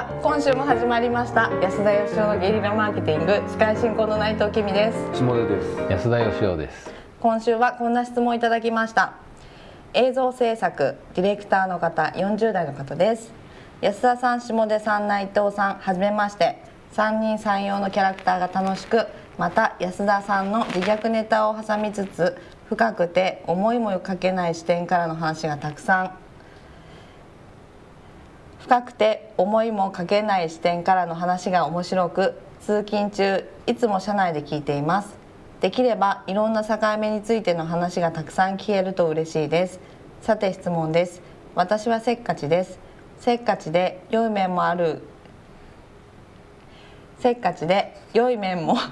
今週も始まりました安田義雄のゲリラマーケティング、司会進行の内藤君です。 下出です。 安田義雄です。 今週はこんな質問をいただきました。映像制作ディレクターの方、40代の方です。安田さん、下出さん、内藤さん、はじめまして。3人3様のキャラクターが楽しく、また安田さんの自虐ネタを挟みつつ、深くて思いもかけない視点からの話がたくさん、深くて思いもかけない視点からの話が面白く、通勤中いつも車内で聞いています。できればいろんな境目についての話がたくさん聞けると嬉しいです。さて質問です。私はせっかちです。せっかちで良い面もあるせっかちで良い面も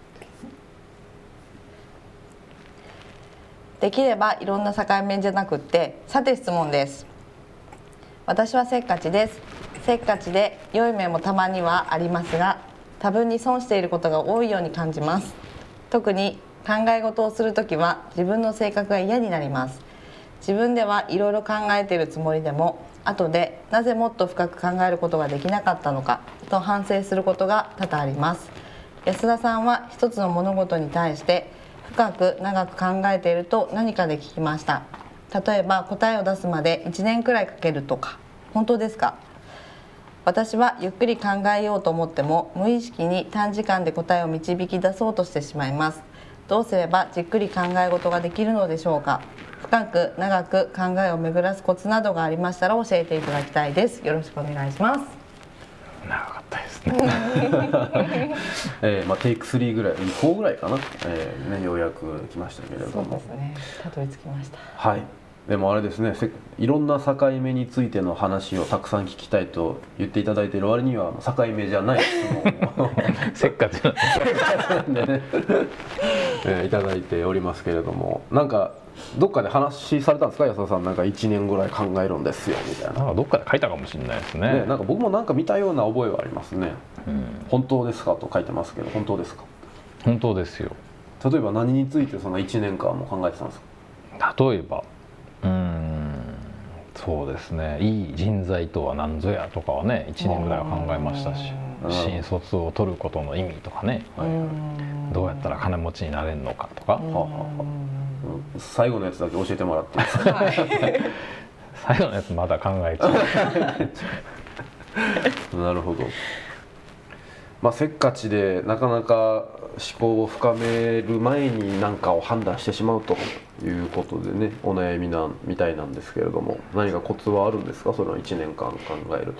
できればいろんな境目じゃなくって、さて質問です。私はせっかちです。せっかちで良い面もたまにはありますが、多分に損していることが多いように感じます。特に考え事をするときは自分の性格が嫌になります。自分ではいろいろ考えているつもりでも、後でなぜもっと深く考えることができなかったのかと反省することが多々あります。安田さんは一つの物事に対して深く長く考えていると何かで聞きました。例えば答えを出すまで1年くらいかけるとか、本当ですか？私はゆっくり考えようと思っても無意識に短時間で答えを導き出そうとしてしまいます。どうすればじっくり考え事ができるのでしょうか？深く長く考えを巡らすコツなどがありましたら教えていただきたいです。よろしくお願いします。 長かったですね。 テイク3ぐらい、4ぐらいかな、ようやく来ましたけれども。 そうですね、たどり着きました。 はい。でもあれですね、いろんな境目についての話をたくさん聞きたいと言っていただいている割には境目じゃない質問をせっかちなんでねいただいておりますけれども、なんかどっかで話されたんですか、安田さん。なんか1年ぐらい考えるんですよみたいな。 なんかどっかで書いたかもしれないですね。 なんか僕もなんか見たような覚えはありますね。 うん、 本当ですかと書いてますけど、本当ですか？ 本当ですよ。 例えば何についてその1年間も考えてたんですか？ 例えばそうですね、いい人材とは何ぞやとかはね、1年ぐらいは考えましたし、新卒を取ることの意味とかね、どうやったら金持ちになれるのかとか、 最後のやつだけ教えてもらっていいですか？はい、 最後のやつまだ考えちゃうなるほど。せっかちでなかなか思考を深める前に何かを判断してしまうということでね、お悩みみたいなんですけれども、何かコツはあるんですか？それは1年間考えると。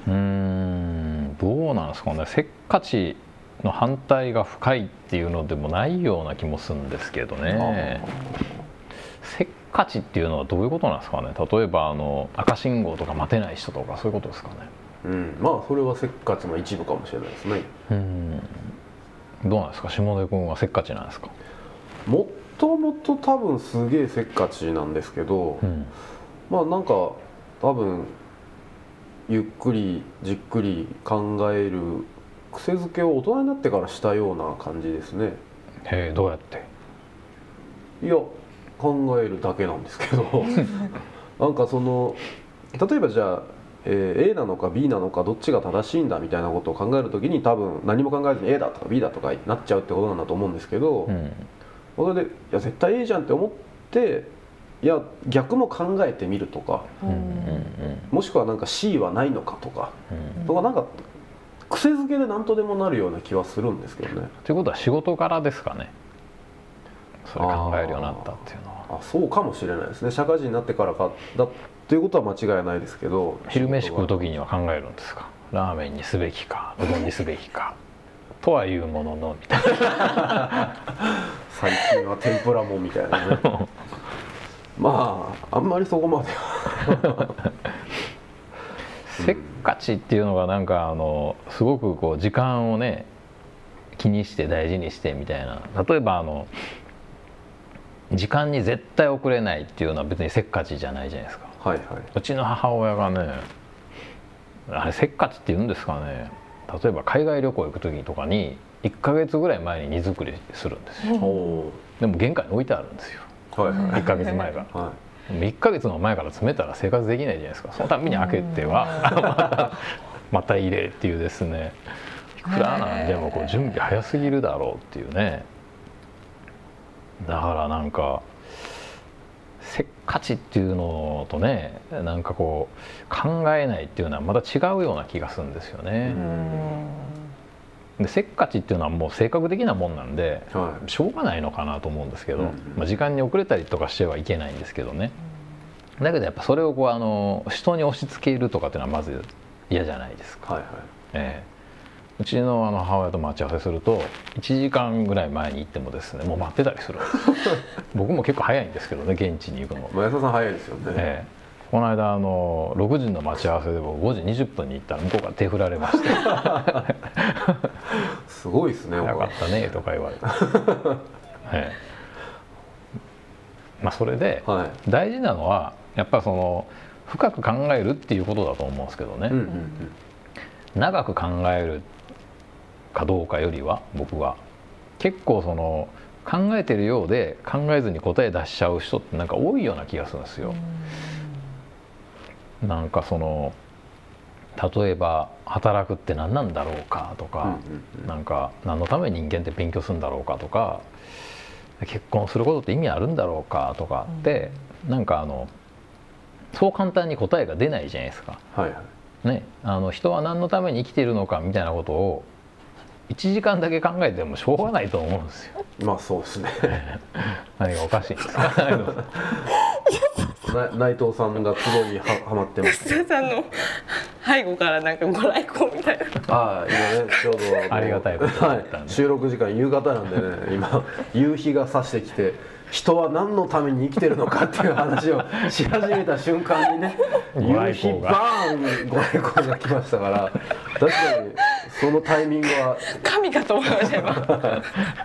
どうなんですかね。せっかちの反対が深いっていうのでもないような気もするんですけどね。せっかちっていうのはどういうことなんですかね。例えば赤信号とか待てない人とか、そういうことですかね。 それはせっかちの一部かもしれないですね。 どうなんですか、下出君はせっかちなんですか？ もともと多分すげえせっかちなんですけど、なんか多分ゆっくりじっくり考える癖づけを大人になってからしたような感じですね。 へえ、どうやって？ いや、考えるだけなんですけどなんか例えばじゃあA なのか B なのかどっちが正しいんだみたいなことを考えるときに、多分何も考えずに A だとか B だとかなっちゃうってことなんだと思うんですけど、それでいや絶対 A じゃんって思って、いや逆も考えてみるとか、もしくはなんか C はないのかとか、なんか癖づけで何とでもなるような気はするんですけどね。 ということは仕事柄ですかね、それ考えるようになったっていうのは。 そうかもしれないですね。社会人になってからかだっていうことは間違いないですけど、 昼飯食う時には考えるんですか？ラーメンにすべきかうどんにすべきかとはいうもののみたいな最近は天ぷらもみたいなねあんまりそこまではせっかちっていうのがなんかすごくこう時間をね気にして大事にしてみたいな。例えば時間に絶対遅れないっていうのは別にせっかちじゃないじゃないですか。うちの母親がね、あれせっかちって言うんですかね、例えば海外旅行行く時とかに1ヶ月ぐらい前に荷造りするんですよ。でも玄関に置いてあるんですよ、1ヶ月前から、1ヶ月の前から詰めたら生活できないじゃないですか。そのために開けてはまた入れっていうですね、いくらなんでもこう準備早すぎるだろうっていうね。だからなんかせっかちっていうのとね、なんかこう考えないっていうのはまた違うような気がするんですよね。でせっかちっていうのはもう性格的なもんなんで、 はい、 しょうがないのかなと思うんですけど、時間に遅れたりとかしてはいけないんですけどね。だけどやっぱそれをこう人に押し付けるとかっていうのはまず嫌じゃないですか。 はいはい、 うちの母親と待ち合わせすると1時間ぐらい前に行ってもですね、もう待ってたりするんです僕も結構早いんですけどね、現地に行くの。 安田さん早いですよね。 この間6時の待ち合わせでも5時20分に行ったら向こうから手振られましたすごいですね。 早かったねとか言われてまあそれで大事なのはやっぱ深く考えるっていうことだと思うんですけどね、長く考えるかどうかよりは、僕は結構考えてるようで考えずに答え出しちゃう人ってなんか多いような気がするんですよ。なんか例えば働くって何なんだろうかとか、なんか何のために人間って勉強するんだろうかとか、結婚することって意味あるんだろうかとかって、なんかそう簡単に答えが出ないじゃないですか。 はいはい、 ね、人は何のために生きているのかみたいなことを1時間だけ考えてもしょうがないと思うんですよ。 まあそうですね何がおかしいんですか内藤さんがツボにはまってます。 安田さんの背後からなんかご来光みたいな。 今ねちょうどありがたいことだったんで、 収録時間夕方なんでね、今夕日が差してきて、人は何のために生きてるのかっていう話をし始めた瞬間にね、夕日バーンご来光が来ましたから、確かにそのタイミングは神かと思いました今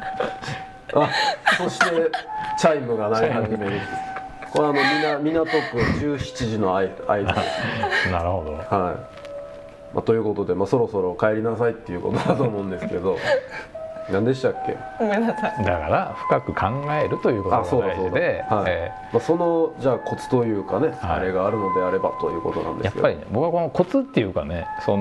そしてチャイムが鳴り始める。これ港区17時の間ですなるほど。 はい、ということで、そろそろ帰りなさいっていうことだと思うんですけど何でしたっけ。 ごめんなさい。 だから深く考えるということが大事で、 そのじゃあコツというかね、あれがあるのであればということなんですけど、 やっぱりね、僕はこのコツっていうかね、チ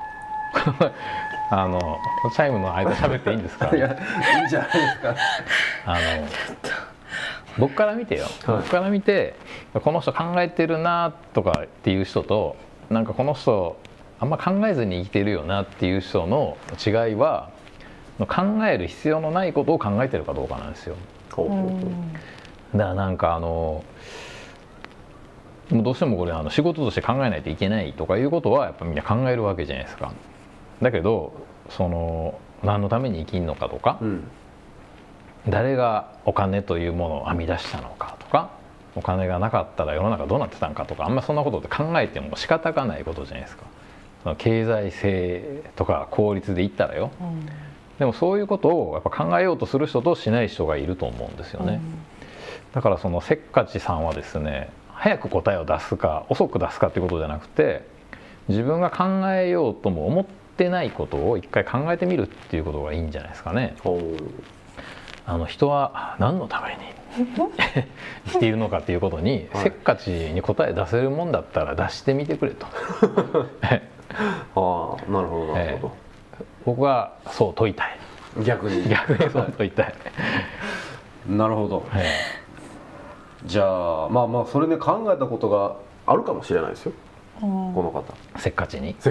ャイムの間喋っていいんですか。 いや、いいじゃないですか。 僕から見てよ、僕から見てこの人考えてるなとかっていう人と、なんかこの人あんま考えずに生きてるよなっていう人の違いは、考える必要のないことを考えてるかどうかなんですよ。だからなんかもうどうしてもこれ仕事として考えないといけないとかいうことはやっぱみんな考えるわけじゃないですか。だけど何のために生きるのかとか、誰がお金というものを編み出したのかとか、お金がなかったら世の中どうなってたのかとか、あんまそんなことって考えても仕方がないことじゃないですか。経済性とか効率で言ったらよ、でもそういうことをやっぱ考えようとする人としない人がいると思うんですよね。だからせっかちさんはですね、早く答えを出すか遅く出すかっていうことじゃなくて、自分が考えようとも思ってないことを一回考えてみるっていうことがいいんじゃないですかね。人は何のために生きているのかっていうことに、せっかちに答え出せるもんだったら出してみてくれとなるほどなるほど、 僕はそう問いたい。 逆にそう問いたいなるほど、じゃあそれね、考えたことがあるかもしれないですよ、この方。 せっかちに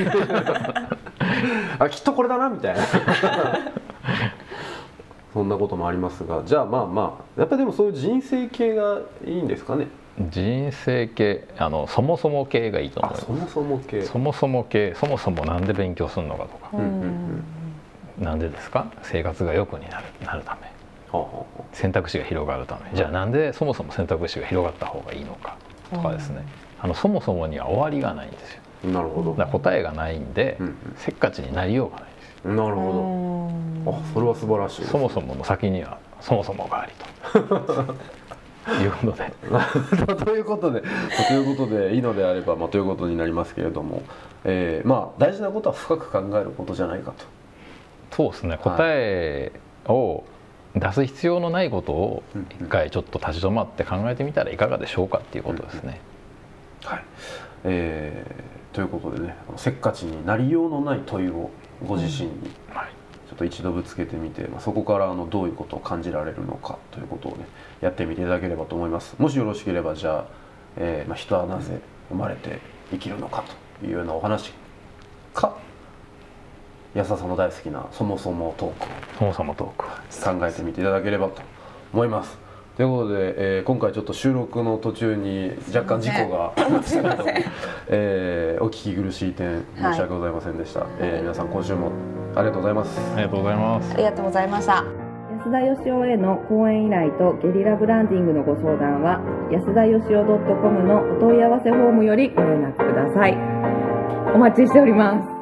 きっとこれだなみたいなそんなこともありますが、じゃあやっぱりでもそういう人生系がいいんですかね。 人生系、そもそも系がいいと思います。 そもそも系、 そもそも系、そもそもなんで勉強するのかとか、なんでですか、生活が良くなるため、選択肢が広がるため、じゃあなんでそもそも選択肢が広がった方がいいのかとかですね、そもそもには終わりがないんですよ。 なるほど。 だから答えがないんで、せっかちになりようがないんですよ。 なるほど。それは素晴らしいですね。 そもそもの先にはそもそもがありということでということでいいのであれば、ということになりますけれども、大事なことは深く考えることじゃないかと。 そうですね、答えを出す必要のないことを一回ちょっと立ち止まって考えてみたらいかがでしょうかっていうことですね。 ということでね、せっかちになりようのない問いをご自身にちょっと一度ぶつけてみて、そこからどういうことを感じられるのかということをねやってみていただければと思います。もしよろしければじゃあ、人はなぜ生まれて生きるのかというようなお話か、安田さんの大好きなそもそもトークそもそもトーク考えてみていただければと思います。ということで、今回ちょっと収録の途中に若干事故がありましたけど、お聞き苦しい点申し訳ございませんでした。皆さん今週もありがとうございます。 ありがとうございます。 ありがとうございました。安田義雄への講演依頼とゲリラブランディングのご相談は安田義雄 .com のお問い合わせフォームよりご連絡ください。お待ちしております。